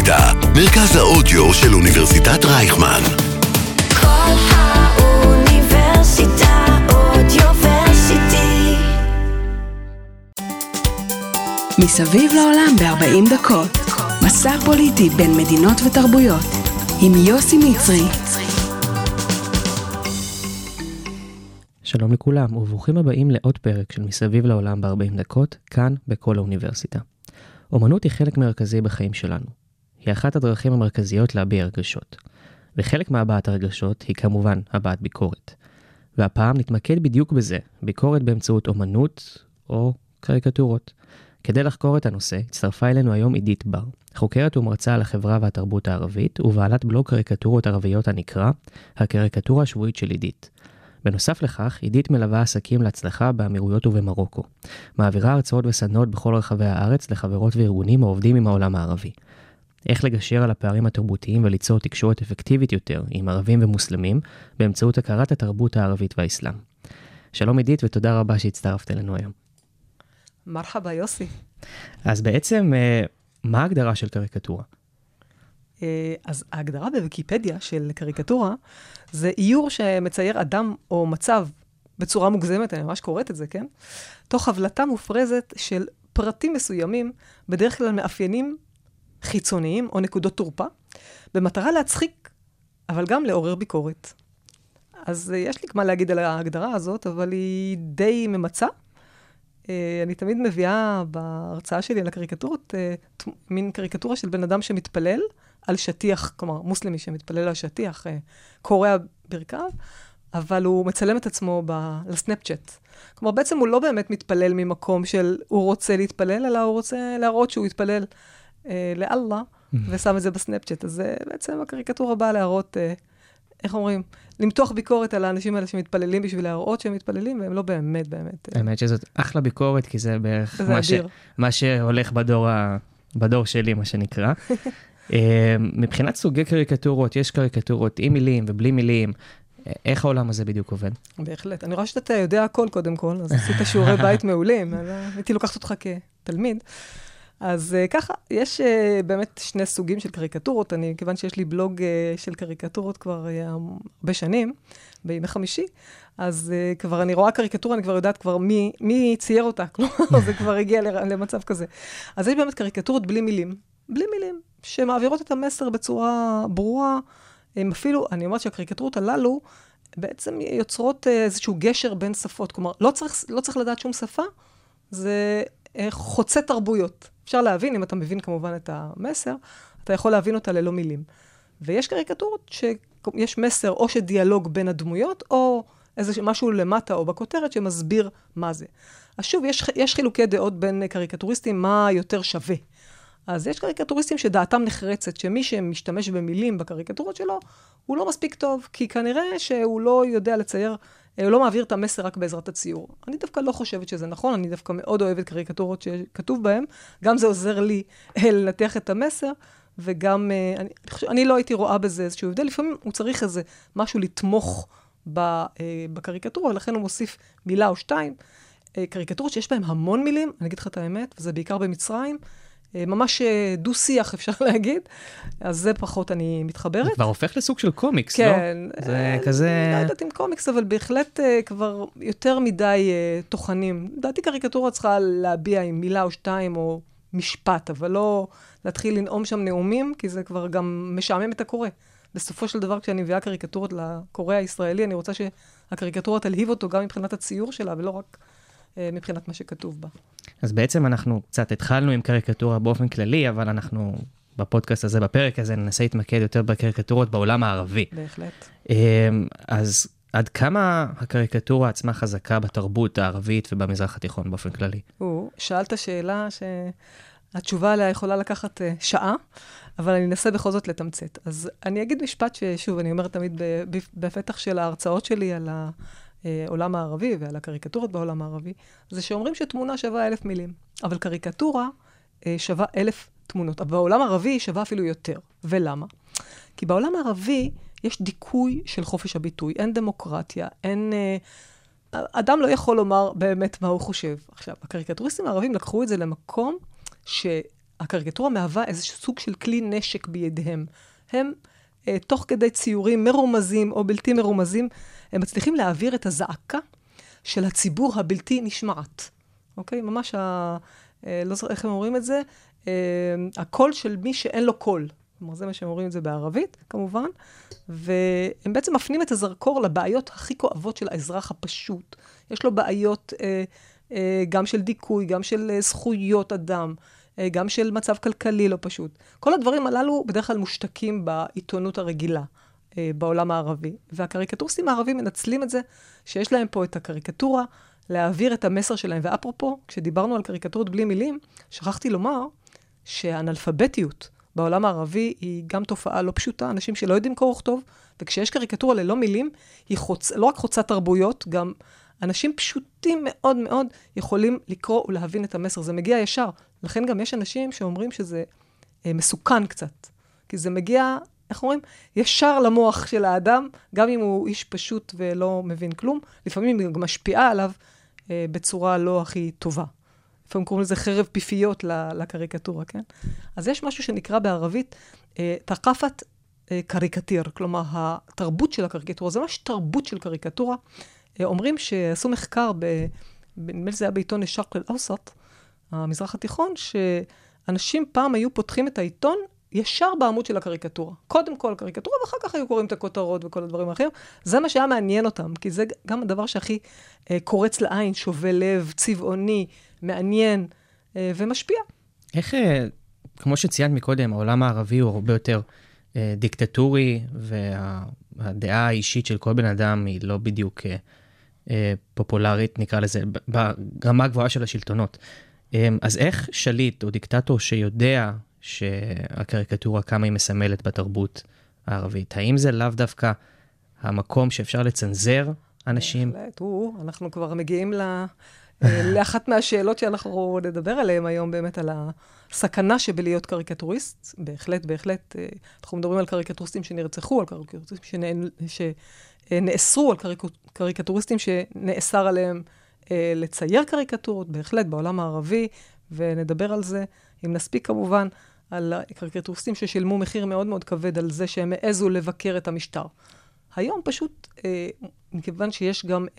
אוניברסיטה, מרכז האודיו של אוניברסיטת רייכמן. כל האוניברסיטה אודיוורסיטי. מסביב לעולם ב-40 דקות. מסע פוליטי בין מדינות ותרבויות. עם יוסי מצרי. שלום לכולם וברוכים הבאים לעוד פרק של מסביב לעולם ב-40 דקות, כאן בכל האוניברסיטה. אומנות היא חלק מרכזי בחיים שלנו. היא אחת הדרכים המרכזיות להביע רגשות. וחלק מהבעת הרגשות היא כמובן הבעת ביקורת. והפעם נתמקד בדיוק בזה, ביקורת באמצעות אומנות או קריקטורות. כדי לחקור את הנושא, הצטרפה אלינו היום עידית בר, חוקרת ומרצה על החברה והתרבות הערבית, ובעלת בלוג קריקטורות ערביות הנקרא, הקריקטורה השבועית של עידית. בנוסף לכך, עידית מלווה עסקים להצלחה באמירויות ובמרוקו. מעבירה הרצאות וסדנאות בכל רחבי הארץ לחברות וארגונים העובדים עם העולם הערבי. איך לגשר על הפערים התרבותיים וליצור תקשורת אפקטיבית יותר עם ערבים ומוסלמים, באמצעות הכרת התרבות הערבית והאסלאם. שלום עידית ותודה רבה שהצטרפת אלינו היום. מרחבה יוסי. אז בעצם, מה ההגדרה של קריקטורה? אז ההגדרה בוויקיפדיה של קריקטורה, זה איור שמצייר אדם או מצב בצורה מוגזמת, אני ממש קוראת את זה, כן? תוך הבלטה מופרזת של פרטים מסוימים, בדרך כלל מאפיינים חיצוניים או נקודות תורפה, במטרה להצחיק, אבל גם לעורר ביקורת. אז יש לי מה להגיד על ההגדרה הזאת, אבל היא די ממצה. אני תמיד מביאה בהרצאה שלי על הקריקטורות, מין קריקטורה של בן אדם שמתפלל על שטיח, כלומר מוסלמי שמתפלל על שטיח, קורע ברכיו, אבל הוא מצלם את עצמו לסנאפצ'אט. כלומר בעצם הוא לא באמת מתפלל ממקום של הוא רוצה להתפלל, אלא הוא רוצה להראות שהוא יתפלל לאללה, ושם את זה בסנאפצ'אט. אז בעצם הקריקטורה באה להראות, איך אומרים, למתוח ביקורת על האנשים האלה שמתפללים בשביל להראות שהם מתפללים, והם לא באמת. האמת שזאת אחלה ביקורת, כי זה בערך מה שהולך בדור שלי, מה שנקרא. מבחינת סוגי קריקטורות, יש קריקטורות עם מילים ובלי מילים. איך העולם הזה בדיוק עובד? בהחלט. אני רואה שאתה יודע הכל קודם כל, אז עשית שיעורי בית מעולים, הייתי לוקחת אותך כתלמיד. אז ככה, יש באמת שני סוגים של קריקטורות. כיוון שיש לי בלוג של קריקטורות כבר הרבה שנים, בימי חמישי, אז כבר אני רואה קריקטורה, אני כבר יודעת כבר מי צייר אותה, כלומר, זה כבר הגיע למצב כזה. אז יש באמת קריקטורות בלי מילים, שמעבירות את המסר בצורה ברורה. אפילו, אני אומרת שהקריקטורות הללו, בעצם יוצרות איזשהו גשר בין שפות, כלומר, לא צריך לדעת שום שפה, זה חוצה תרבויות. אפשר להבין, אם אתה מבין כמובן את המסר, אתה יכול להבין אותה ללא מילים. ויש קריקטורות שיש מסר או שדיאלוג בין הדמויות, או איזה משהו למטה או בכותרת שמסביר מה זה. אז שוב, יש חילוקי דעות בין קריקטוריסטים, מה יותר שווה. אז יש קריקטוריסטים שדעתם נחרצת, שמי שמשתמש במילים בקריקטורות שלו, הוא לא מספיק טוב, כי כנראה שהוא לא יודע לצייר, הוא לא מעביר את המסר רק בעזרת הציור. אני דווקא לא חושבת שזה נכון, אני דווקא מאוד אוהבת קריקטורות שכתוב בהן, גם זה עוזר לי לנתח את המסר, וגם אני לא הייתי רואה בזה איזשהו הבדל, לפעמים הוא צריך איזה משהו לתמוך בקריקטורה, ולכן הוא מוסיף מילה או שתיים. קריקטורות שיש בהן המון מילים, אני אגיד לך את האמת, וזה בעיקר במצרים, ממש דו-שיח אפשר להגיד, אז זה פחות אני מתחברת. זה כבר הופך לסוג של קומיקס, כן, לא? זה כזה... לא יודעת עם קומיקס, אבל בהחלט כבר יותר מדי תוכנים. לדעתי קריקטורה צריכה להביע עם מילה או שתיים או משפט, אבל לא להתחיל לנאום שם נאומים, כי זה כבר גם משעמם את הקורא. בסופו של דבר, כשאני מביאה קריקטורות לקורא הישראלי, אני רוצה שהקריקטורה תלהיב אותו גם מבחינת הציור שלה, ולא רק מבחינת מה שכתוב בה. אז בעצם אנחנו קצת התחלנו עם קריקטורה באופן כללי, אבל אנחנו בפודקאסט הזה, בפרק הזה, ננסה להתמקד יותר בקריקטורות בעולם הערבי. בהחלט. אז עד כמה הקריקטורה עצמה חזקה בתרבות הערבית ובמזרח התיכון באופן כללי? שאלת שאלה שהתשובה עליה יכולה לקחת שעה, אבל אני אנסה בכל זאת לתמצת. אז אני אגיד משפט ששוב, אני אומרת תמיד בפתח של ההרצאות שלי על העולם הערבי ועל הקריקטורות בעולם הערבי, זה שאומרים שתמונה שווה 1,000 מילים, אבל קריקטורה שווה 1,000 תמונות. אבל בעולם הערבי היא שווה אפילו יותר. ולמה? כי בעולם הערבי יש דיכוי של חופש הביטוי, אין דמוקרטיה, אין... אדם לא יכול לומר באמת מה הוא חושב. עכשיו, הקריקטוריסטים הערבים לקחו את זה למקום הקריקטורה מהווה איזשהו סוג של כלי נשק בידיהם. הם, תוך כדי ציורים מרומזים או בלתי מרומזים, הם מצליחים להעביר את הזעקה של הציבור הבלתי נשמעת. אוקיי? ממש, לא זוכר איך הם אומרים את זה, הקול של מי שאין לו קול. כלומר, זה מה שהם אומרים את זה בערבית, כמובן. והם בעצם מפנים את הזרקור לבעיות הכי כואבות של האזרח הפשוט. יש לו בעיות גם של דיכוי, גם של זכויות אדם, גם של מצב כלכלי לא פשוט. כל הדברים הללו בדרך כלל מושתקים בעיתונות הרגילה בעולם הערבי. והקריקטוריסטים הערבים מנצלים את זה, שיש להם פה את הקריקטורה, להעביר את המסר שלהם. ואפרופו, כשדיברנו על קריקטורות בלי מילים, שכחתי לומר שהאנאלפביתיות בעולם הערבי היא גם תופעה לא פשוטה, אנשים שלא יודעים קרוא וכתוב, וכשיש קריקטורה ללא מילים, היא לא רק חוצה תרבויות, גם אנשים פשוטים מאוד מאוד יכולים לקרוא ולהבין את המסר. זה מגיע ישר. לכן גם יש אנשים שאומרים שזה מסוכן קצת. כי זה מגיע, איך אומרים? ישר למוח של האדם, גם אם הוא איש פשוט ולא מבין כלום. לפעמים היא גם משפיעה עליו בצורה לא הכי טובה. לפעמים קוראים לזה חרב פיפיות לקריקטורה, כן? אז יש משהו שנקרא בערבית תקפת קריקטיר. כלומר, התרבות של הקריקטורה, זה ממש תרבות של קריקטורה. אומרים שעשו מחקר, נדמה לי זה היה בעיתון א-שרק אל-אוסט, המזרח התיכון, שאנשים פעם היו פותחים את העיתון ישר בעמוד של הקריקטורה. קודם כל הקריקטורה, ואחר כך היו קוראים את הכותרות וכל הדברים האחרים. זה מה שהיה מעניין אותם, כי זה גם הדבר שהכי קורץ לעין, שובה לב, צבעוני, מעניין ומשפיע. איך, כמו שציינת מקודם, העולם הערבי הוא הרבה יותר דיקטטורי, והדעה האישית של כל בן אדם היא לא בדיוק פופולרית, נקרא לזה, ברמה הגבוהה של השלטונות. אז איך שליט או דיקטטור שיודע שהקריקטורה כמה היא מסמלת בתרבות הערבית, האם זה לאו דווקא המקום שאפשר לצנזר אנשים? בהחלט, אנחנו כבר מגיעים לאחת מהשאלות שאנחנו נדבר עליהן היום, באמת על הסכנה שבלהיות קריקטוריסט. בהחלט, בהחלט, אנחנו מדברים על קריקטוריסטים שנרצחו, על קריקטוריסטים שנאסרו, על קריקטוריסטים שנאסר עליהם לצייר קריקטורות, בהחלט, בעולם הערבי, ונדבר על זה, אם נספיק כמובן, על קריקטוריסטים ששילמו מחיר מאוד מאוד כבד על זה שהם העזו לבקר את המשטר. היום פשוט, מכיוון שיש גם,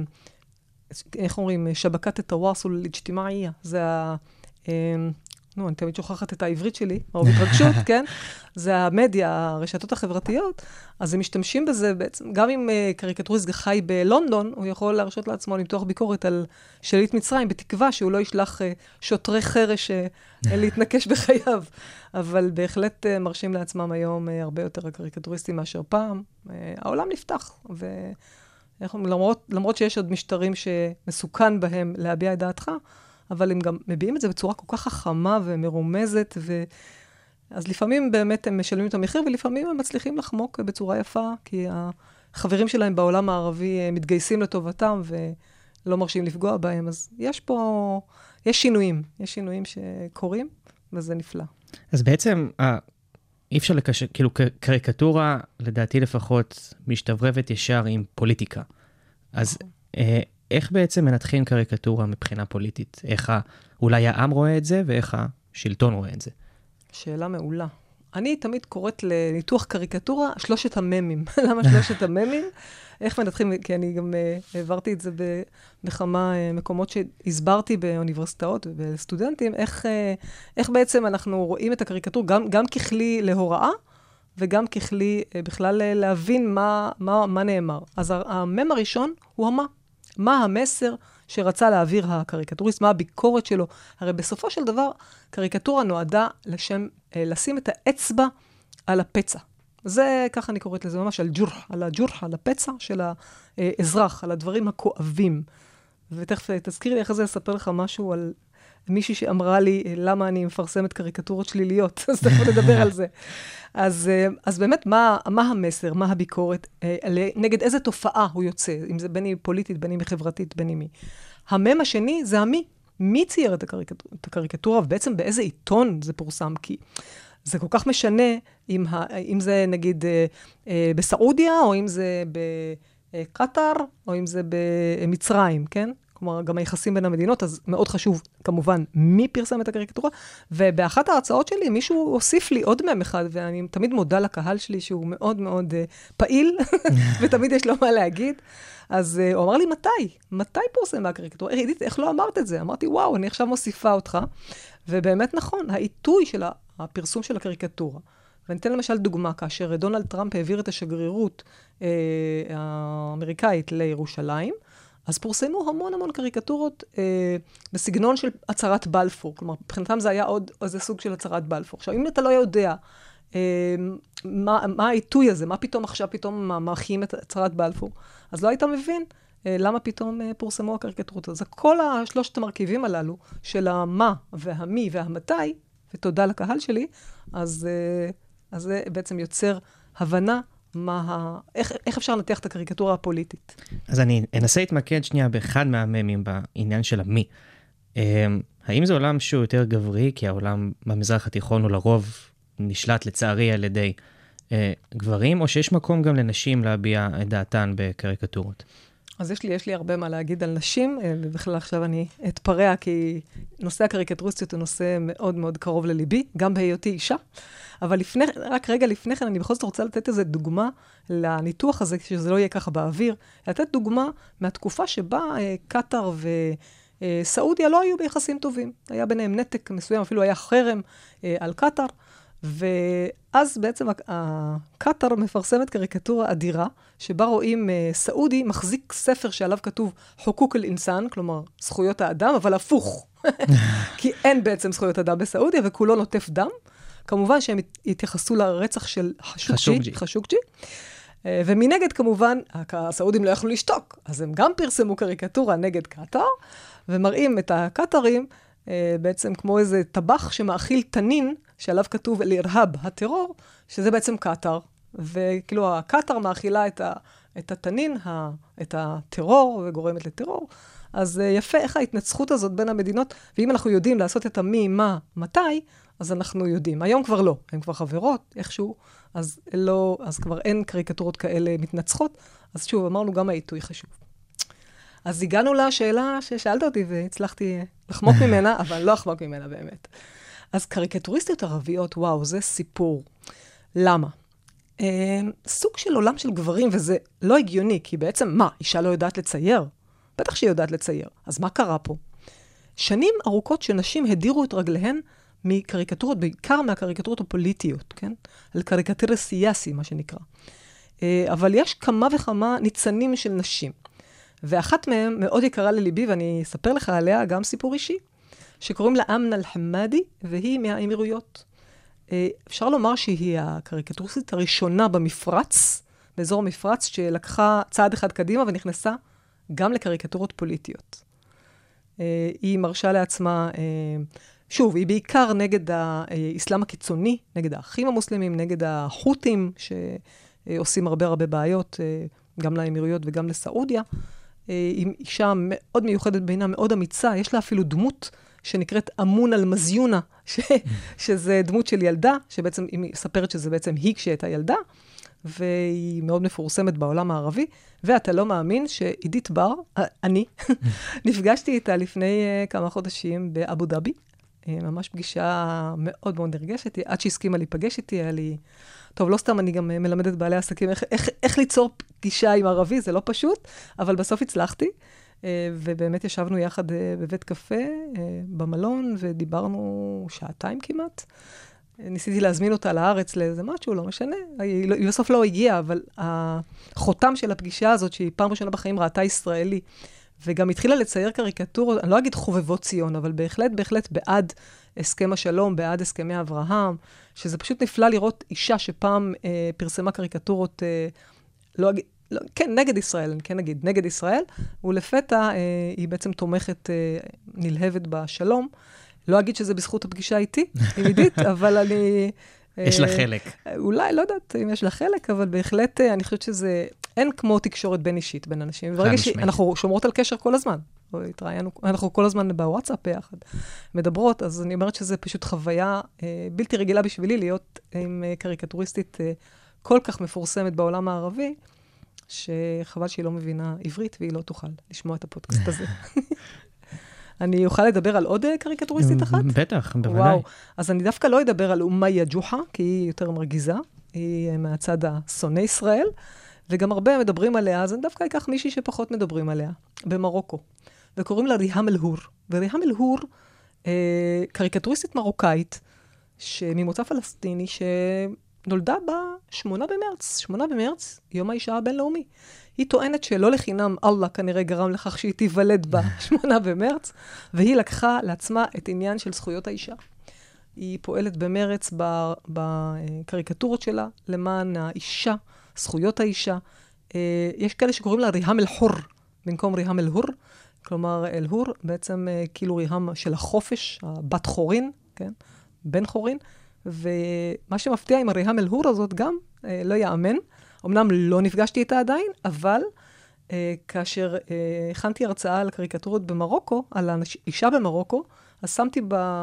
איך אומרים, שבקת התוואסול אל-אג'תימאעיה, זה אני תמיד שוכחת את העברית שלי, או התרגשות, כן? זה המדיה, הרשתות החברתיות, אז הם משתמשים בזה בעצם, גם אם קריקטוריסט חי בלונדון, הוא יכול להרשות לעצמו למתוח ביקורת על שליט מצרים, בתקווה שהוא לא ישלח שוטרי חרש להתנקש בחייו. אבל בהחלט מרשים לעצמם היום הרבה יותר הקריקטוריסטים מאשר פעם. העולם נפתח, למרות שיש עוד משטרים שמסוכן בהם להביע את דעתך, אבל הם גם מביעים את זה בצורה כל כך חכמה ומרומזת, אז לפעמים באמת הם משלמים את המחיר, ולפעמים הם מצליחים לחמוק בצורה יפה, כי החברים שלהם בעולם הערבי מתגייסים לטובתם, ולא מרשים לפגוע בהם. אז יש שינויים שקורים, וזה נפלא. אז בעצם, אי אפשר לקשר, כאילו קריקטורה, לדעתי לפחות, משתברבת ישר עם פוליטיקה. אז איך בעצם מנתחים קריקטורה מבחינה פוליטית? איך אולי העם רואה את זה, ואיך השלטון רואה את זה? שאלה מעולה. אני תמיד קוראת לניתוח קריקטורה, 3 הממים. למה 3 הממים? איך מנתחים? כי אני גם העברתי את זה בכמה מקומות שהסברתי באוניברסיטאות ובסטודנטים, איך בעצם אנחנו רואים את הקריקטורה, גם ככלי להוראה, וגם ככלי בכלל להבין מה נאמר. אז המם הראשון הוא מה המסר שרצה להעביר הקריקטוריסט, מה הביקורת שלו. הרי בסופו של דבר, קריקטורה נועדה לשים את האצבע על הפצע. זה, ככה אני קוראת לזה ממש, על הפצע של האזרח, על הדברים הכואבים. ותכף תזכיר לי איך זה לספר לך משהו על מישהי שאמרה לי למה אני מפרסמת קריקטורות שליליות. אז תכף נדבר על זה. אז באמת, מה המסר, מה הביקורת, נגד איזה תופעה הוא יוצא, אם זה בין היא פוליטית, בין היא חברתית, בין היא מי. המם השני זה מי צייר את הקריקטורה, ובעצם באיזה עיתון זה פורסם, כי זה כל כך משנה אם זה נגיד בסעודיה, או אם זה בקטר, או אם זה במצרים, כן? כלומר, גם היחסים בין המדינות, אז מאוד חשוב, כמובן, מי פרסם את הקריקטורה, ובאחת ההרצאות שלי, מישהו הוסיף לי עוד מהם אחד, ואני תמיד מודה לקהל שלי, שהוא מאוד מאוד פעיל, ותמיד יש לו מה להגיד. אז הוא אמר לי, מתי פורסם הקריקטורה? עידית, איך לא אמרת את זה? אמרתי, וואו, אני עכשיו מוסיפה אותך. ובאמת נכון, העיתוי של הפרסום של הקריקטורה. ואני אתן למשל דוגמה, כאשר דונלד טראמפ העביר את השגרירות האמריקאית לירושלים, אז פורסמו המון קריקטורות בסגנון של הצהרת בלפור. כלומר, מבחינתם זה היה עוד איזה סוג של הצהרת בלפור. עכשיו, אם אתה לא יודע מה העיתוי הזה, מה פתאום מאחים את הצהרת בלפור, אז לא היית מבין למה פתאום פורסמו הקריקטורות. אז כל השלושת המרכיבים הללו של המה והמי והמתי, ותודה לקהל שלי, אז זה בעצם יוצר הבנה איך אפשר לנתח את הקריקטורה הפוליטית. אז אני אנסה להתמקד שנייה באחד מהממים בעניין של המי. האם זה עולם שהוא יותר גברי, כי העולם במזרח התיכון הוא לרוב נשלט לצערי על ידי גברים, או שיש מקום גם לנשים להביע את דעתן בקריקטורות? אז יש לי הרבה מה להגיד על נשים, ובכלל עכשיו אני אתפרע, כי נושא הקריקטוריסטיות הוא נושא מאוד מאוד קרוב לליבי, גם בהיותי אישה. אבל רק רגע לפני כן, אני בכל זאת רוצה לתת איזו דוגמה לניתוח הזה, שזה לא יהיה ככה באוויר, לתת דוגמה מהתקופה שבה קטר וסעודיה לא היו ביחסים טובים. היה ביניהם נתק מסוים, אפילו היה חרם על קטר, ואז בעצם קטר מפרסמת קריקטורה אדירה, שבה רואים סעודי מחזיק ספר שעליו כתוב חוקוק אל-אינסן, כלומר זכויות האדם, אבל הפוך. כי אין בעצם זכויות אדם בסעודיה, וכולו נוטף דם. כמובן שהם התייחסו לרצח של חשוקג'י. ומנגד כמובן, הסעודים לא יכלו לשתוק, אז הם גם פרסמו קריקטורה נגד קטר, ומראים את הקטרים בעצם כמו איזה טבח שמאכיל תנין, שעליו כתוב אל-אירהאב, הטרור, שזה בעצם קטר. וכאילו הקטר מאכילה את התנין, את הטרור, וגורמת לטרור. אז יפה איך ההתנצחות הזאת בין המדינות, ואם אנחנו יודעים לעשות את המי, מה, מתי, אז אנחנו יודעים. היום כבר לא, הן כבר חברות, איכשהו, אז כבר אין קריקטורות כאלה מתנצחות, אז שוב, אמרנו גם העיתוי חשוב. אז הגענו לשאלה ששאלת אותי, והצלחתי לחמוק ממנה, אבל לא לחמוק ממנה באמת. אז קריקטוריסטיות ערביות, וואו, זה סיפור. למה? סוג של עולם של גברים, וזה לא הגיוני, כי בעצם, מה, אישה לא יודעת לצייר? בטח שהיא יודעת לצייר. אז מה קרה פה? שנים ארוכות שנשים הדירו את רגליהן מקריקטורות, בעיקר מהקריקטורות הפוליטיות, כן? על קריקטורה סייאסי, מה שנקרא. אבל יש כמה וכמה ניצנים של נשים. ואחת מהן מאוד יקרה לליבי, ואני אספר לך עליה גם סיפור אישי, שקוראים לה אמנה אל-חמאדי, והיא מהאמירויות. אפשר לומר שהיא הקריקטוריסטית הראשונה במפרץ, באזור המפרץ, שלקחה צעד אחד קדימה ונכנסה גם לקריקטורות פוליטיות. היא מרשה לעצמה, שוב, היא בעיקר נגד האסלאם הקיצוני, נגד האחים המוסלמים, נגד החות'ים, שעושים הרבה בעיות, גם לאמירויות וגם לסעודיה. היא אישה מאוד מיוחדת בעינה, מאוד אמיצה, יש לה אפילו דמות שנקראת אמון על מזיונה, שזה דמות של ילדה, שבעצם היא מספרת שזה בעצם היא כשהייתה ילדה, והיא מאוד מפורסמת בעולם הערבי, ואתה לא מאמין שעידית בר, אני, נפגשתי איתה לפני כמה חודשים באבו דאבי, ממש פגישה מאוד מאוד נרגשת, עד שהסכימה להיפגש איתי, היה לי, טוב, לא סתם אני גם מלמדת בעלי עסקים, איך ליצור פגישה עם ערבי, זה לא פשוט, אבל בסוף הצלחתי, ובאמת ישבנו יחד בבית קפה, במלון, ודיברנו שעתיים כמעט. ניסיתי להזמין אותה לארץ לאיזה משהו, לא משנה. היא בסוף לא הגיעה, אבל החותם של הפגישה הזאת, שהיא פעם ראשונה בחיים ראתה ישראלי, וגם התחילה לצייר קריקטורות, אני לא אגיד חובבות ציון, אבל בהחלט בעד הסכם השלום, בעד הסכמי אברהם, שזה פשוט נפלא לראות אישה שפעם פרסמה קריקטורות, כן, נגד ישראל, אני כן אגיד, נגד ישראל, ולפתע היא בעצם תומכת נלהבת בשלום. לא אגיד שזה בזכות הפגישה איתי, עם עידית, אבל אני... יש לה חלק. אולי, לא יודעת אם יש לה חלק, אבל בהחלט אני חושבת שזה... אין כמו תקשורת בין אישית, בין אנשים. ברגע שאנחנו שומרות על קשר כל הזמן. אנחנו כל הזמן בוואטסאפ ביחד מדברות, אז אני אומרת שזה פשוט חוויה בלתי רגילה בשבילי להיות עם קריקטוריסטית כל כך מפורסמת בעולם הערבי, שחבל שהיא לא מבינה עברית, והיא לא תוכל לשמוע את הפודקאסט הזה. אני אוכל לדבר על עוד קריקטוריסטית אחת? בטח, בוודאי. וואו, אז אני דווקא לא אדבר על אומיה ג'וחה, כי היא יותר מרגיזה, היא מהצד השונא ישראל, וגם הרבה מדברים עליה, אז אני דווקא אקח מישהי שפחות מדברים עליה, במרוקו, וקוראים לה ריהאם אל-הור. וריהאם אל-הור, קריקטוריסטית מרוקאית, ממוצא פלסטיני, שנולדה ב-8 במרץ. 8 במרץ, יום האישה הבינלאומי. היא טוענת שלא לחינם אללה כנראה גרם לכך שהיא תיוולד ב-8 במרץ, והיא לקחה לעצמה את עניין של זכויות האישה. היא פועלת במרץ בקריקטורות שלה, למען האישה, זכויות האישה. יש כאלה שקוראים לה ריהאם אל-חור, במקום ריהאם אל-הור. כלומר, אל-הור בעצם כאילו ריהאם של החופש, הבת חורין, כן? בן חורין. ומה שמפתיע עם הריהאם אל-הור הזאת גם לא יאמן. אמנם לא נפגשתי איתה עדיין, אבל כאשר הכנתי הרצאה על קריקטורות במרוקו, על האישה במרוקו, אז שמתי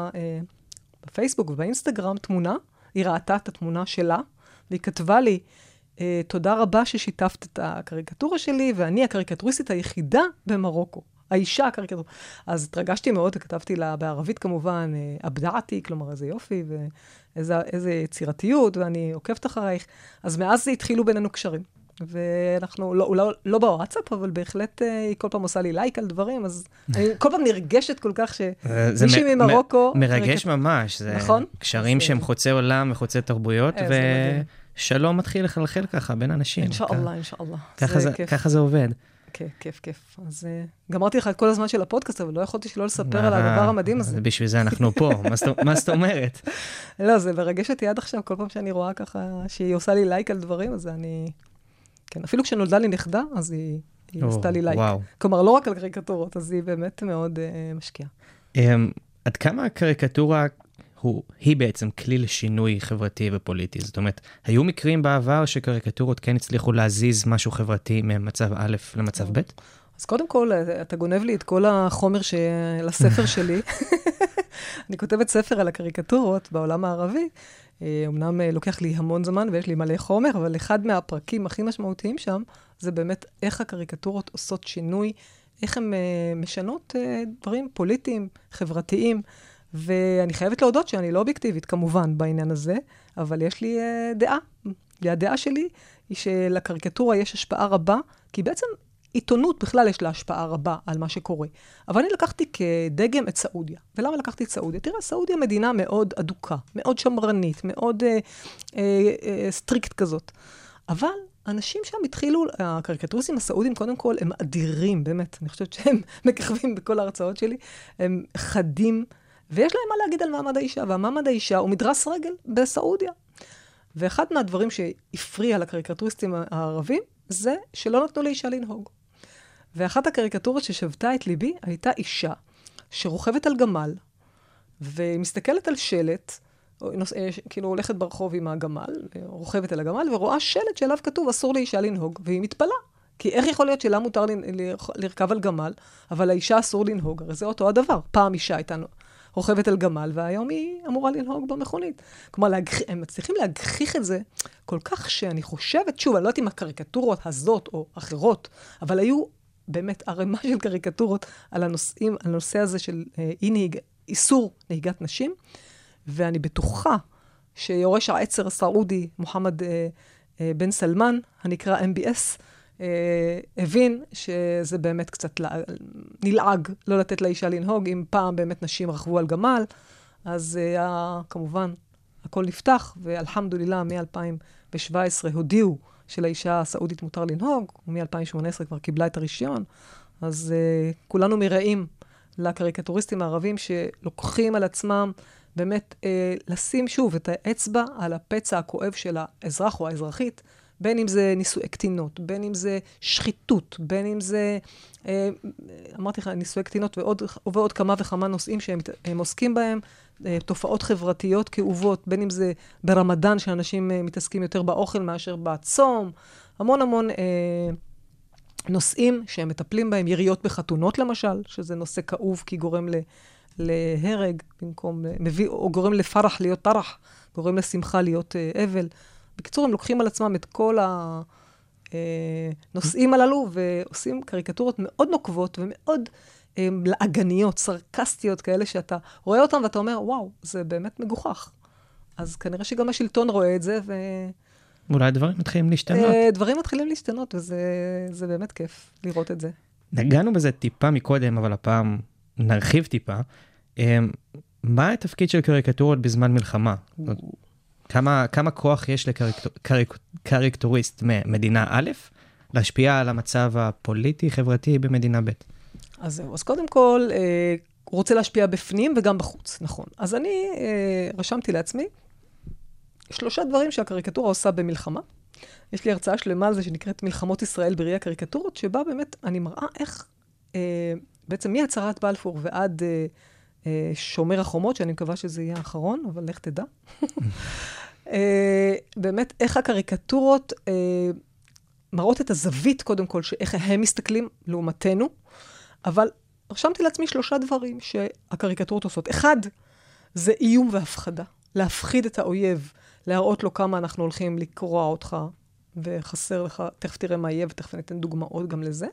בפייסבוק ובאינסטגרם תמונה, היא ראתה את התמונה שלה, והיא כתבה לי, תודה רבה ששיתפת את הקריקטורה שלי, ואני הקריקטוריסטית היחידה במרוקו. האישה הקריקטורית. אז התרגשתי מאוד, וכתבתי לה בערבית כמובן, אבדעתי, כלומר איזה יופי, ואיזה יצירתיות, ואני עוקבת אחרייך. אז מאז התחילו בינינו קשרים. ואנחנו, לא בוואטסאפ, אבל בהחלט היא כל פעם עושה לי לייק על דברים, אז אני כל פעם נרגשת כל כך שמישהי ממרוקו... מרגש ממש, זה קשרים שהם חוצי עולם וחוצי תרבויות, ושלום מתחיל לחלחל ככה בין אנשים. אינשאללה, אינשאללה. ככה זה עובד. כיף, כיף. אז גמרתי לך את כל הזמן של הפודקאסט, אבל לא יכולתי שלא לספר על הדבר המדהים הזה. בשביל זה אנחנו פה, מה זאת אומרת? לא, זה מרגש אותי עד עכשיו, כל פעם שאני רואה ככה, שהיא עושה לי לייק על דברים, אז אני... כן, אפילו כשנולדה לי נכדה, אז היא עשתה לי לייק. כלומר, לא רק על קריקטורות, אז היא באמת מאוד משקיעה. עד כמה הקריקטורה היא בעצם כלי לשינוי חברתי ופוליטי? זאת אומרת, היו מקרים בעבר שקריקטורות כן הצליחו להזיז משהו חברתי ממצב א' למצב ב'? אז קודם כל, אתה גונב לי את כל החומר לספר שלי. אני כותבת ספר על הקריקטורות בעולם הערבי. אמנם לוקח לי המון זמן ויש לי מלא חומר, אבל אחד מהפרקים הכי משמעותיים שם, זה באמת איך הקריקטורות עושות שינוי, איך הן משנות דברים פוליטיים, חברתיים, ואני חייבת להודות שאני לא אובייקטיבית, כמובן, בעניין הזה, אבל יש לי דעה. והדעה שלי היא שלקריקטורה יש השפעה רבה, כי בעצם עיתונות בכלל יש לה השפעה רבה על מה שקורה. אבל אני לקחתי כדגם את סעודיה. ולמה לקחתי את סעודיה? תראה, סעודיה מדינה מאוד אדוקה, מאוד שמרנית, מאוד סטריקט כזאת. אבל אנשים שם התחילו, הקריקטוריסטים הסעודים, קודם כל, הם אדירים, באמת. אני חושבת שהם מככבים בכל ההרצאות שלי. הם חדים, ויש להם מה להגיד על מעמד האישה, והמעמד האישה הוא מדרס רגל בסעודיה. ואחד מהדברים שהפריע לקריקטוריסטים הערבים, זה שלא נתנו לאישה לנהוג. ואחת הקריקטורות ששבתה את ליבי, הייתה אישה שרוכבת על גמל, ומסתכלת על שלט, כאילו הולכת ברחוב עם הגמל, רוכבת על הגמל, ורואה שלט שאליו כתוב, אסור לאישה לנהוג, והיא מתפלה. כי איך יכול להיות שלה מותר לרכב על גמל, אבל לאישה אסור לנהוג? הרי זה אותו הדבר. פעם אישה הייתה רוכבת על גמל, והיום היא אמורה לנהוג במכונית. כלומר, הם מצליחים להגחיך את זה כל כך שאני חושבת, שוב, אני לא יודעת אם הקריקטורות הזאת או אחרות, אבל היו באמת ערימה של קריקטורות על הנושא הזה של איסור נהיגת נשים, ואני בטוחה שיורש העצר הסעודי, מוחמד בן סלמן, הנקרא MBS, הבין שזה באמת קצת נלעג לא לתת לאישה לנהוג, אם פעם באמת נשים רכבו על גמל, אז כמובן הכל נפתח, ואלחמדולילה מ-2017 הודיעו שלאישה הסעודית מותר לנהוג, ומ-2018 כבר קיבלה את הרישיון, אז כולנו מראים לקריקטוריסטים הערבים שלוקחים על עצמם באמת לשים שוב את האצבע על הפצע הכואב של האזרח או האזרחית, בין אם זה נישואי קטינות, בין אם זה שחיתות, בין אם זה, אמרתי לך, נישואי קטינות ועוד כמה וכמה נושאים שהם עוסקים בהם, תופעות חברתיות כאובות, בין אם זה ברמדאן שאנשים מתעסקים יותר באוכל מאשר בצום, המון נושאים שהם מטפלים בהם, יריות בחתונות למשל, שזה נושא כאוב כי גורם להרג, במקום, או גורם לפרח להיות טרח, גורם לשמחה להיות אבל. בקיצור, הם לוקחים על עצמם את כל הנושאים הללו, ועושים קריקטורות מאוד נוקבות ומאוד לעגניות, סרקסטיות כאלה, שאתה רואה אותם ואתה אומר, וואו, זה באמת מגוחך. אז כנראה שגם השלטון רואה את זה, אולי דברים מתחילים להשתנות. דברים מתחילים להשתנות, וזה באמת כיף לראות את זה. נגענו בזה טיפה מקודם, אבל הפעם נרחיב טיפה. מה התפקיד של קריקטורות בזמן מלחמה? כמה כוח יש לקריקטוריסט ממדינה א' להשפיע על המצב הפוליטי-חברתי במדינה ב'? אז זהו, אז קודם כל, הוא רוצה להשפיע בפנים וגם בחוץ, נכון. אז אני רשמתי לעצמי 3 דברים שהקריקטורה עושה במלחמה. יש לי הרצאה שלמה על זה שנקראת מלחמות ישראל בראי הקריקטורות, שבה באמת אני מראה איך, בעצם מהצהרת בלפור ועד שומר החומות, שאני מקווה שזה יהיה האחרון, אבל לך תדע. באמת, איך הקריקטורות מראות את הזווית, קודם כל, שאיך הם מסתכלים לעומתנו, אבל רשמתי לעצמי 3 דברים שהקריקטורות עושות. 1, זה איום והפחדה. להפחיד את האויב, להראות לו כמה אנחנו הולכים לקרוע אותך, וחסר לך, תכף תראה מה יהיה, ותכף ניתן דוגמאות גם לזה.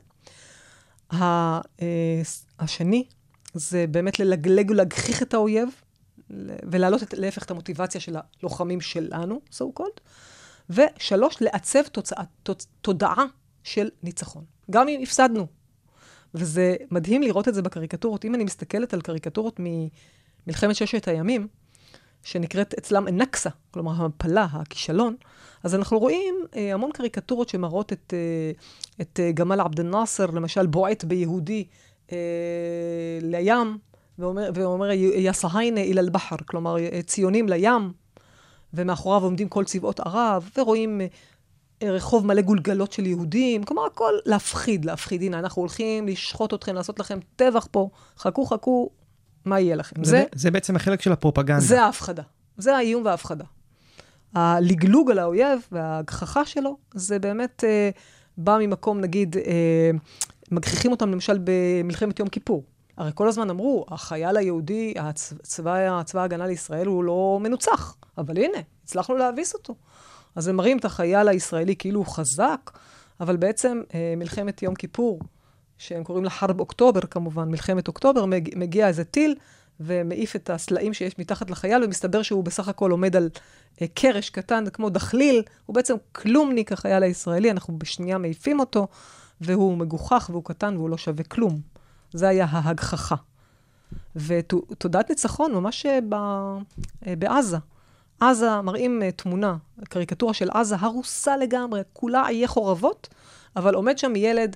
השני, זה באמת ללגלג ולהגחיך את האויב, ולהעלות להפך את המוטיבציה של הלוחמים שלנו, so called. ו3, לעצב תודעה של ניצחון. גם אם הפסדנו. וזה מדהים לראות את זה בקריקטורות. אם אני מסתכלת על קריקטורות ממלחמת 6 הימים, שנקראת אצלם נקסה, כלומר המפלה, הכישלון, אז אנחנו רואים המון קריקטורות שמראות את גמל עבד אל-נאצר, למשל בועט ביהודי לים, ואומר יא סהיינה אל אל-בחר, כלומר ציונים לים, ומאחוריו עומדים כל צבאות ערב, ורואים רחוב מלא גולגלות של יהודים, כלומר הכל להפחיד, הנה אנחנו הולכים לשחוט אתכם, לעשות לכם טבח פה, חכו, מה יהיה לכם? זה בעצם החלק של הפרופגנדה. זה ההפחדה. זה האיום וההפחדה. הלגלוג על האויב וההגחכה שלו, זה באמת בא ממקום, נגיד, מגחיכים אותם למשל במלחמת יום כיפור. הרי כל הזמן אמרו, החייל היהודי, צבא ההגנה לישראל הוא לא מנוצח. אבל הנה, הצלחנו להביס אותו. אז הם מראים את החייל הישראלי כאילו הוא חזק, אבל בעצם מלחמת יום כיפור, שהם קוראים לה חרב אוקטובר כמובן, מלחמת אוקטובר, מגיע איזה טיל, ומעיף את הסלעים שיש מתחת לחייל, ומסתבר שהוא בסך הכל עומד על קרש קטן, כמו דחליל, הוא בעצם כלומניק החייל הישראלי, אנחנו בשנייה מעיפים אותו, והוא מגוחך והוא קטן והוא לא שווה כלום. זה היה ההגחכה. ותודעת ניצחון ממש בעזה. עזה מראים תמונה, קריקטורה של עזה הרוסה לגמרי, כולה איי חורבות, אבל עומד שם ילד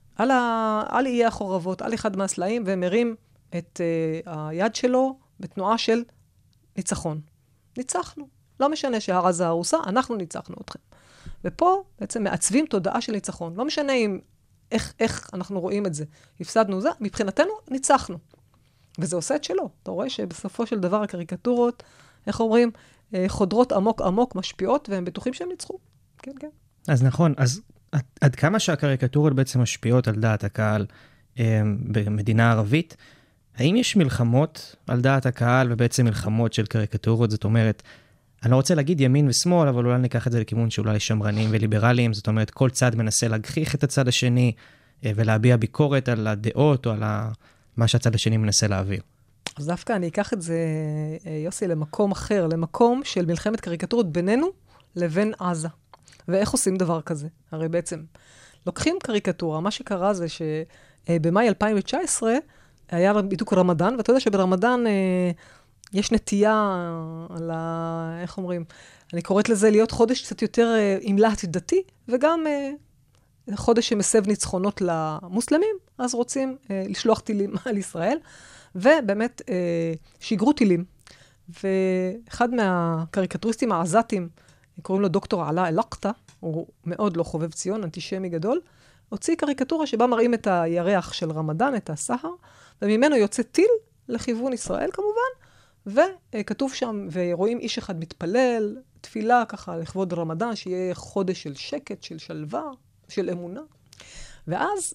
על איי החורבות, על אחד מהסלעים, ומרים את היד שלו בתנועה של ניצחון. ניצחנו. לא משנה שעזה הרוסה, אנחנו ניצחנו אתכם. ופה בעצם מעצבים תודעה של ניצחון. לא משנה איך אנחנו רואים את זה. הפסדנו זה, מבחינתנו ניצחנו. וזה עושה את שלו. אתה רואה שבסופו של דבר הקריקטורות, איך אומרים, חודרות עמוק עמוק, משפיעות, והם בטוחים שהם ניצחו. כן, כן. אז נכון, אז עד כמה שהקריקטורות בעצם משפיעות על דעת הקהל במדינה ערבית, האם יש מלחמות על דעת הקהל, ובעצם מלחמות של קריקטורות? זאת אומרת, אני לא רוצה להגיד ימין ושמאל, אבל אולי ניקח את זה לכיוון שאולי שמרנים וליברליים, זאת אומרת, כל צד מנסה להגחיך את הצד השני, ולהביע ביקורת על הדעות, או על מה שהצד השני מנסה להעביר. אז דווקא אני אקח את זה, יוסי, למקום אחר, למקום של מלחמת קריקטורות בינינו לבין עזה. ואיך עושים דבר כזה? הרי בעצם לוקחים קריקטורה, מה שקרה זה שבמאי 2019 היה בדיוק רמדאן, ואתה יודע שברמדאן יש נטייה על איך אומרים, אני קוראת לזה להיות חודש קצת יותר עם להט דתי, וגם חודש שמסב ניצחונות למוסלמים, אז רוצים לשלוח טילים על ישראל, ובאמת שיגרו טילים. ואחד מהקריקטוריסטים העזתים, קוראים לו דוקטור עלה אל-אקטה, הוא מאוד לא חובב ציון, אנטישמי גדול, הוציא קריקטורה שבה מראים את הירח של רמדאן, את הסהר, וממנו יוצא טיל לכיוון ישראל כמובן, וכתוב שם, ורואים איש אחד מתפלל, תפילה ככה לכבוד רמדאן, שיהיה חודש של שקט, של שלווה, של אמונה. ואז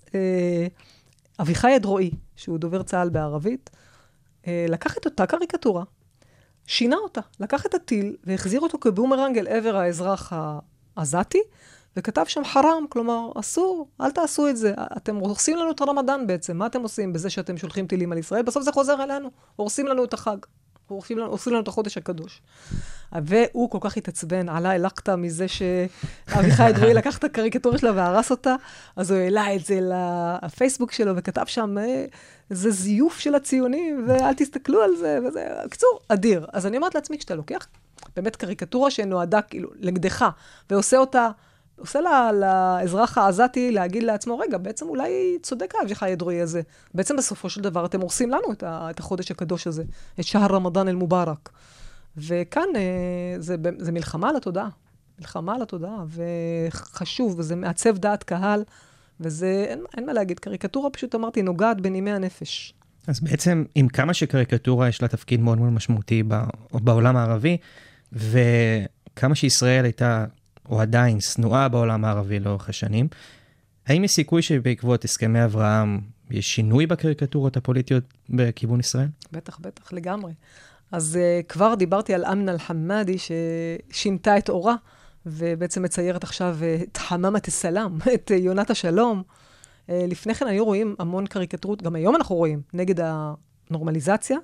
אביחי אדרועי, שהוא דובר צה"ל בערבית, לקח את אותה קריקטורה, שינה אותה, לקח את הטיל והחזיר אותו כבומרנג אל עבר האזרח העזתי, וכתב שם חרם, כלומר, אסור, אל תעשו את זה. אתם הורסים לנו את הרמדאן בעצם. מה אתם עושים בזה שאתם שולחים טילים על ישראל? בסוף זה חוזר אלינו. הורסים לנו את החג. הורסים לנו את החודש הקדוש. והוא כל כך התעצבן, עלה אלקטה מזה שאביחי אדרעי לקח את הקריקטורה שלה והרס אותה, אז הוא העלה את זה לפייסבוק שלו וכתב שם, זה זיוף של הציונים, ואל תסתכלו על זה, וזה, קצור, אדיר. אז אני אומרת לעצמי, כשאתה לוקח באמת קריקטורה שנועדה כאילו לגדך, ועושה אותה, עושה לאזרח העזתי להגיד לעצמו, רגע, בעצם אולי צודק אביחי אדרעי הזה. בעצם בסופו של דבר אתם הורסים לנו את החודש הקדוש הזה, את שהר רמדאן אל-מובארק. וכאן זה מלחמה על התודעה. מלחמה על התודעה, וחשוב, וזה מעצב דעת קהל, וזה, אין מה להגיד, קריקטורה פשוט אמרתי, נוגעת בנימי הנפש. אז בעצם, עם כמה שקריקטורה יש לה תפקיד מאוד מאוד משמעותי בעולם הערבי, וכמה שישראל הייתה, או עדיין, שנואה בעולם הערבי לאורך השנים, האם יש סיכוי שבעקבות הסכמי אברהם, יש שינוי בקריקטורות הפוליטיות בכיוון ישראל? בטח, בטח, לגמרי. אז כבר דיברתי על אמנה אל-חמאדי, ששינתה את אורה, ובעצם מציירת עכשיו את חממת הסלאם, את יונת השלום. לפני כן היו רואים המון קריקטורות, גם היום אנחנו רואים, נגד הנורמליזציה,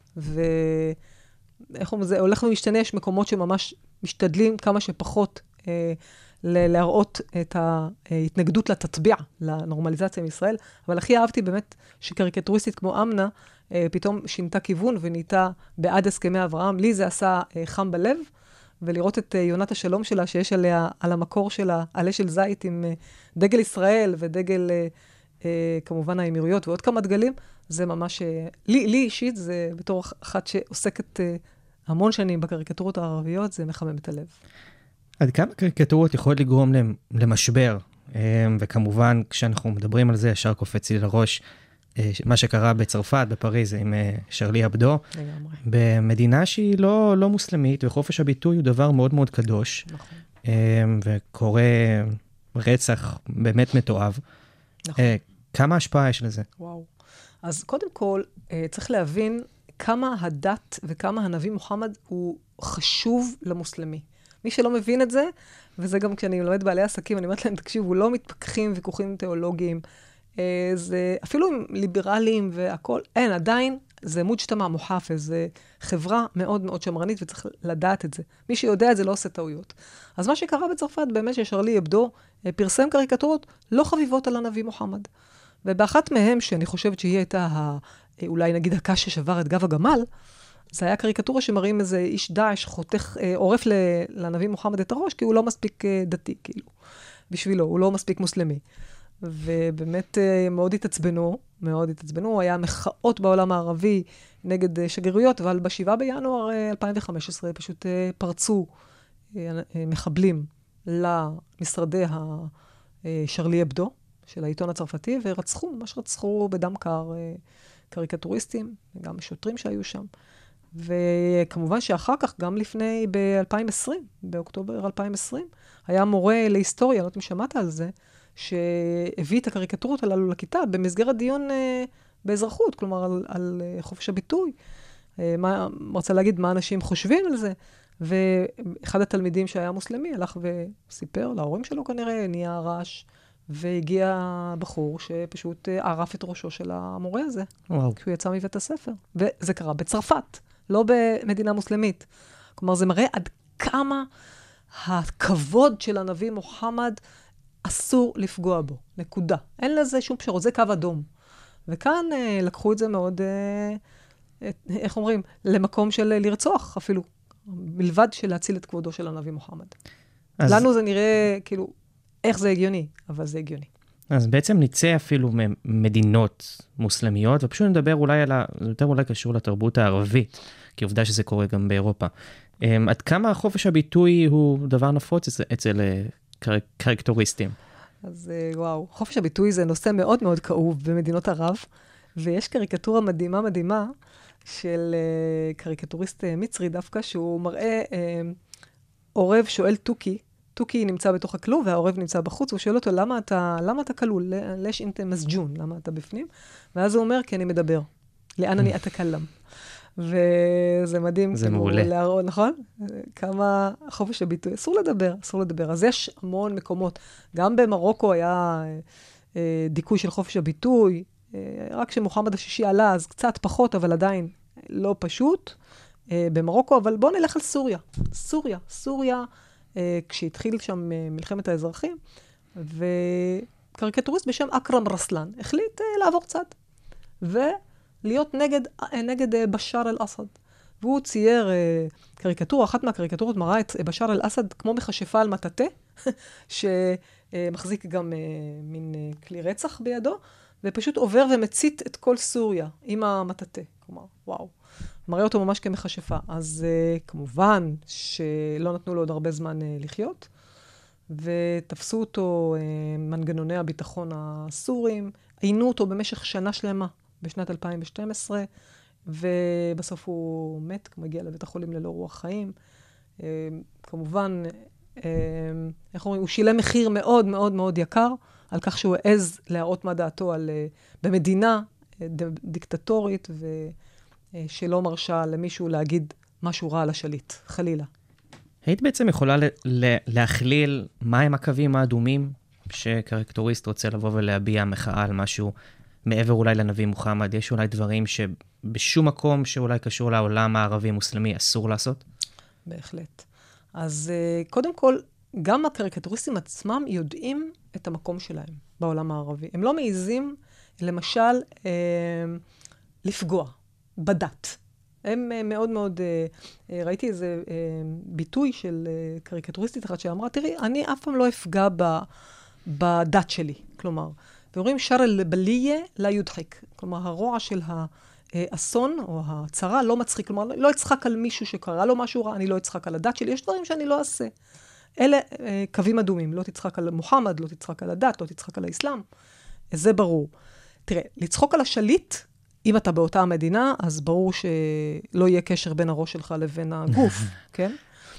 ואיך אומרים, זה הולך ומשתנה, יש מקומות שממש משתדלים כמה שפחות להראות את ההתנגדות לתטביע, לנורמליזציה מישראל, אבל הכי אהבתי באמת שקריקטוריסטית כמו אמנה, פתאום שינתה כיוון ונהייתה בעד הסכמי אברהם. לי זה עשה חם בלב, ולראות את יונת השלום שלה, שיש עליה, על המקור שלה, עלה של זית עם דגל ישראל ודגל, כמובן, האמירויות ועוד כמה דגלים, זה ממש, לי אישית, זה בתור אחת שעוסקת המון שנים בקריקטורות הערביות, זה מחמם את הלב. עד כמה קריקטורות יכולות לגרום למשבר? וכמובן, כשאנחנו מדברים על זה, ישר קופץ לי לראש, מה שקרה בצרפת, בפריז, עם שרלי אבדו, לגמרי. במדינה שהיא לא מוסלמית, וחופש הביטוי הוא דבר מאוד מאוד קדוש, נכון. וקורה רצח באמת מתועב. נכון. כמה השפעה יש לזה? וואו. אז קודם כל, צריך להבין כמה הדת וכמה הנביא מוחמד הוא חשוב למוסלמי. מי שלא מבין את זה, וזה גם כשאני לומד בעלי עסקים, אני אומרת להם, תקשיבו, לא מתפכחים ויכוחים תיאולוגיים, זה אפילו עם ליברלים והכל, אין, עדיין זה מוג'תמע מוחפז, זה חברה מאוד מאוד שמרנית וצריך לדעת את זה. מי שיודע את זה לא עושה טעויות. אז מה שקרה בצרפת באמת ששרלי אבדו פרסם קריקטורות לא חביבות על הנביא מוחמד. ובאחת מהם, שאני חושבת שהיא הייתה אולי נגיד הקש ששבר את גב הגמל, זה היה קריקטורה שמראים איזה איש דאעש חותך, עורף לנביא מוחמד את הראש, כי הוא לא מספיק דתי, כאילו, בשבילו, הוא לא מספיק מוסלמי. ובאמת מאוד התעצבנו, היה מחאות בעולם הערבי נגד שגרירויות, אבל ב7 בינואר 2015 פשוט פרצו מחבלים למשרדי שרלי אבדו, של העיתון הצרפתי, ממש רצחו בדם קר קריקטוריסטים, וגם שוטרים שהיו שם. וכמובן שאחר כך, גם לפני ב-2020, באוקטובר 2020, היה מורה להיסטוריה, לא יודעת אם שמעת על זה, שהביא את הקריקטורות הללו לכיתה במסגרת דיון באזרחות, כלומר על חופש הביטוי. רוצה להגיד מה אנשים חושבים על זה. ואחד התלמידים שהיה מוסלמי הלך וסיפר להורים שלו כנראה, נהיה רעש, והגיע בחור שפשוט ערף את ראשו של המורה הזה. וואו. כשהוא יצא מבית הספר. וזה קרה בצרפת, לא במדינה מוסלמית. כלומר, זה מראה עד כמה הכבוד של הנביא מוחמד אסור לפגוע בו. נקודה. אין לזה שום פשרות, זה קו אדום. וכאן לקחו את זה מאוד, איך אומרים, למקום של לרצוח אפילו, מלבד של להציל את כבודו של הנביא מוחמד. לנו זה נראה כאילו, איך זה הגיוני, אבל זה הגיוני. אז בעצם נצא אפילו ממדינות מוסלמיות, ופשוט נדבר אולי זה יותר אולי קשור לתרבות הערבית, כי עובדה שזה קורה גם באירופה. עד כמה חופש הביטוי הוא דבר נפוץ אצל קריקטוריסטים? אז וואו, חופש הביטוי זה נושא מאוד מאוד כאוב במדינות ערב, ויש קריקטורה מדהימה של קריקטוריסט מצרי דווקא, שהוא מראה עורב שואל תוכי נמצא בתוך הכלוב, והעורב נמצא בחוץ, הוא שואל אותו, למה אתה כלול? לש אינטה מסג'ון, למה אתה בפנים? ואז הוא אומר, כי אני מדבר. לאן אני אתקלם? וזה מדהים. זה מעולה. להראות, נכון? כמה חופש הביטוי. אסור לדבר. אז יש המון מקומות. גם במרוקו היה דיכוי של חופש הביטוי, רק כשמוחמד השישי עלה, אז קצת פחות, אבל עדיין לא פשוט במרוקו. אבל בואו נלך על סוריה, כשהתחיל שם מלחמת האזרחים, וקריקטוריסט בשם אכרם רסלן החליט לעבור צד, ולהיות נגד בשאר אל-אסד. והוא צייר קריקטורה, אחת מהקריקטורות מראה את בשאר אל-אסד כמו מכשפה על מטאטה, שמחזיק גם מין כלי רצח בידו, ופשוט עובר ומצית את כל סוריה עם המטאטה. כלומר, וואו. מראה אותו ממש כמכשפה. אז כמובן שלא נתנו לו עוד הרבה זמן לחיות, ותפסו אותו מנגנוני הביטחון הסורים, עינו אותו במשך שנה שלמה, בשנת 2012, ובסוף הוא מת, מגיע לבית החולים ללא רוח חיים. כמובן, איך אומרים, הוא שילם מחיר מאוד מאוד מאוד יקר, על כך שהוא העז להראות מה דעתו במדינה דיקטטורית, שלא מרשה למישהו להגיד משהו רע על השליט, חלילה. היית בעצם יכולה להכליל מהם הקווים האדומים שקריקטוריסט רוצה לבוא ולהביע מחאה על משהו מעבר אולי לנביא מוחמד? יש אולי דברים שבשום מקום שאולי קשור לעולם הערבי-מוסלמי אסור לעשות? בהחלט. אז קודם כל, גם הקריקטוריסטים עצמם יודעים את המקום שלהם בעולם הערבי. הם לא מעיזים, למשל, לפגוע בדת. הם מאוד מאוד, ראיתי איזה ביטוי של קריקטוריסטית אחת שאמרה, תראי, אני אף פעם לא אפגע בדת שלי. כלומר, ואומרים, שר אל-בליה לא יודחק. כלומר, הרוע של האסון או הצרה לא מצחיק. כלומר, לא אצחק על מישהו שקרה לו משהו רע, אני לא אצחק על הדת שלי. יש דברים שאני לא אעשה. אלה קווים אדומים. לא תצחק על מוחמד, לא תצחק על הדת, לא תצחק על האסלאם. זה ברור. תראה, לצחוק על השליט, אם אתה באותה המדינה, אז ברור שלא יהיה קשר בין הראש שלך לבין הגוף, כן?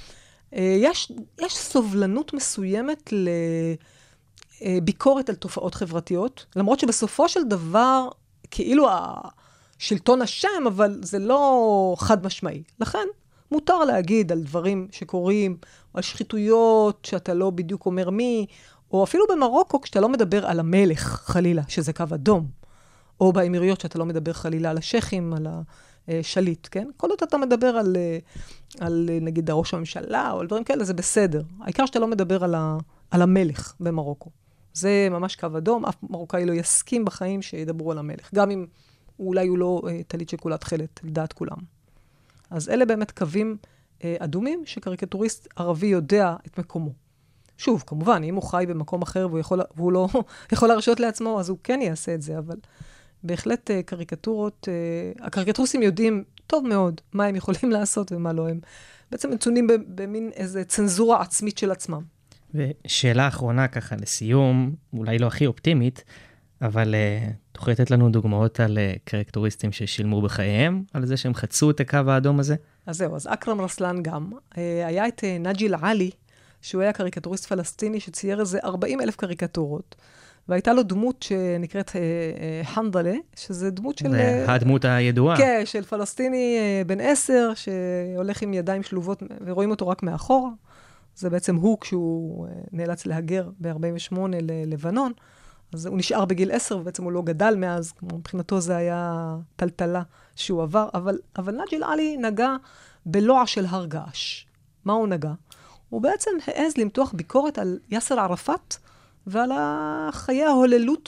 יש סובלנות מסוימת לביקורת על תופעות חברתיות, למרות שבסופו של דבר, כאילו השלטון אשם, אבל זה לא חד משמעי. לכן, מותר להגיד על דברים שקורים, או על שחיתויות שאתה לא בדיוק אומר מי, או אפילו במרוקו, כשאתה לא מדבר על המלך, חלילה, שזה קו אדום. או באמירויות שאתה לא מדבר חלילה על השייכים, על השליט, כן? כל עוד אתה מדבר על נגיד ראש הממשלה, או על דברים כאלה, זה בסדר. העיקר שאתה לא מדבר על המלך במרוקו. זה ממש קו אדום, אף מרוקאי לא יסכים בחיים שידברו על המלך, גם אם אולי הוא לא תליט שכולה תכלת, לדעת כולם. אז אלה באמת קווים אדומים, שקריקטוריסט ערבי יודע את מקומו. שוב, כמובן, אם הוא חי במקום אחר והוא לא יכול להרשות לעצמו, אז הוא כן יעשה את זה, אבל בהחלט הקריקטוריסטים יודעים טוב מאוד מה הם יכולים לעשות ומה לא. הם בעצם מצונים במין איזו צנזורה עצמית של עצמם. ושאלה אחרונה ככה לסיום, אולי לא הכי אופטימית, אבל תוכל לתת לנו דוגמאות על קריקטוריסטים ששילמו בחייהם, על זה שהם חצו את הקו האדום הזה? אז זהו, אז אכרם רסלן גם. היה את נג'יל עלי, שהוא היה קריקטוריסט פלסטיני שצייר איזה 40,000 קריקטורות, והייתה לו דמות שנקראת חנדלה, שזה דמות של... הדמות הידועה. כן, של פלסטיני בן 10, שהולך עם ידיים שלובות, ורואים אותו רק מאחורה. זה בעצם הוא כשהוא נאלץ להגר ב-48 ללבנון, אז הוא נשאר בגיל 10, ובעצם הוא לא גדל מאז, כמו מבחינתו זה היה טלטלה שהוא עבר, אבל נג'יל עלי נגע בלוע של הר געש. מה הוא נגע? הוא בעצם העז למתוח ביקורת על יאסר ערפאת, ועל חיי ההוללות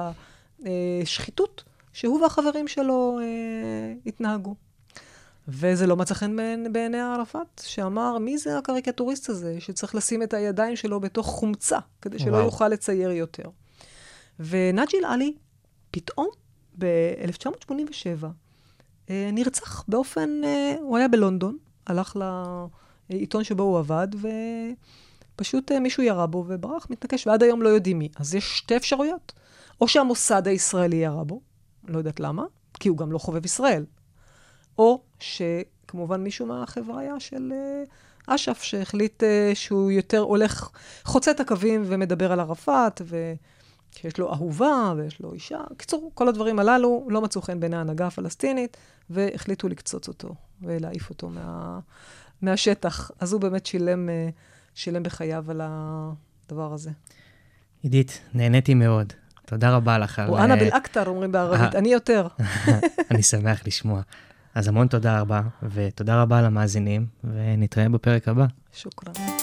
והשחיתות שהוא והחברים שלו התנהגו. וזה לא מצא חן בעיני ערפאת, שאמר, מי זה הקריקטוריסט הזה שצריך לשים את הידיים שלו בתוך חומצה, כדי שלא יוכל לצייר יותר. ונג'יל עלי, פתאום, ב-1987, נרצח באופן, הוא היה בלונדון, הלך לעיתון שבו הוא עבד, ופשוט מישהו ירה בו וברח, מתנקש, ועד היום לא יודעים מי. אז יש שתי אפשרויות. או שהמוסד הישראלי ירה בו, לא יודעת למה, כי הוא גם לא חובב ישראל. או שכמובן מישהו מהחברה היה של אש"ף, שהחליט שהוא יותר הולך, חוצה את הקווים ומדבר על ערפאת, שיש לו אהובה ויש לו אישה. קיצור, כל הדברים הללו לא מצאו חן בעיני ההנהגה הפלסטינית, והחליטו לקצוץ אותו ולהעיף אותו מהשטח. אז הוא באמת שילם בחייו על הדבר הזה. עידית, נהניתי מאוד. תודה רבה לך. או אנה בל-אקטר, אומרים בערבית, אני יותר. אני שמח לשמוע. אז המון תודה רבה, ותודה רבה למאזינים, ונתראה בפרק הבא. שוקרן.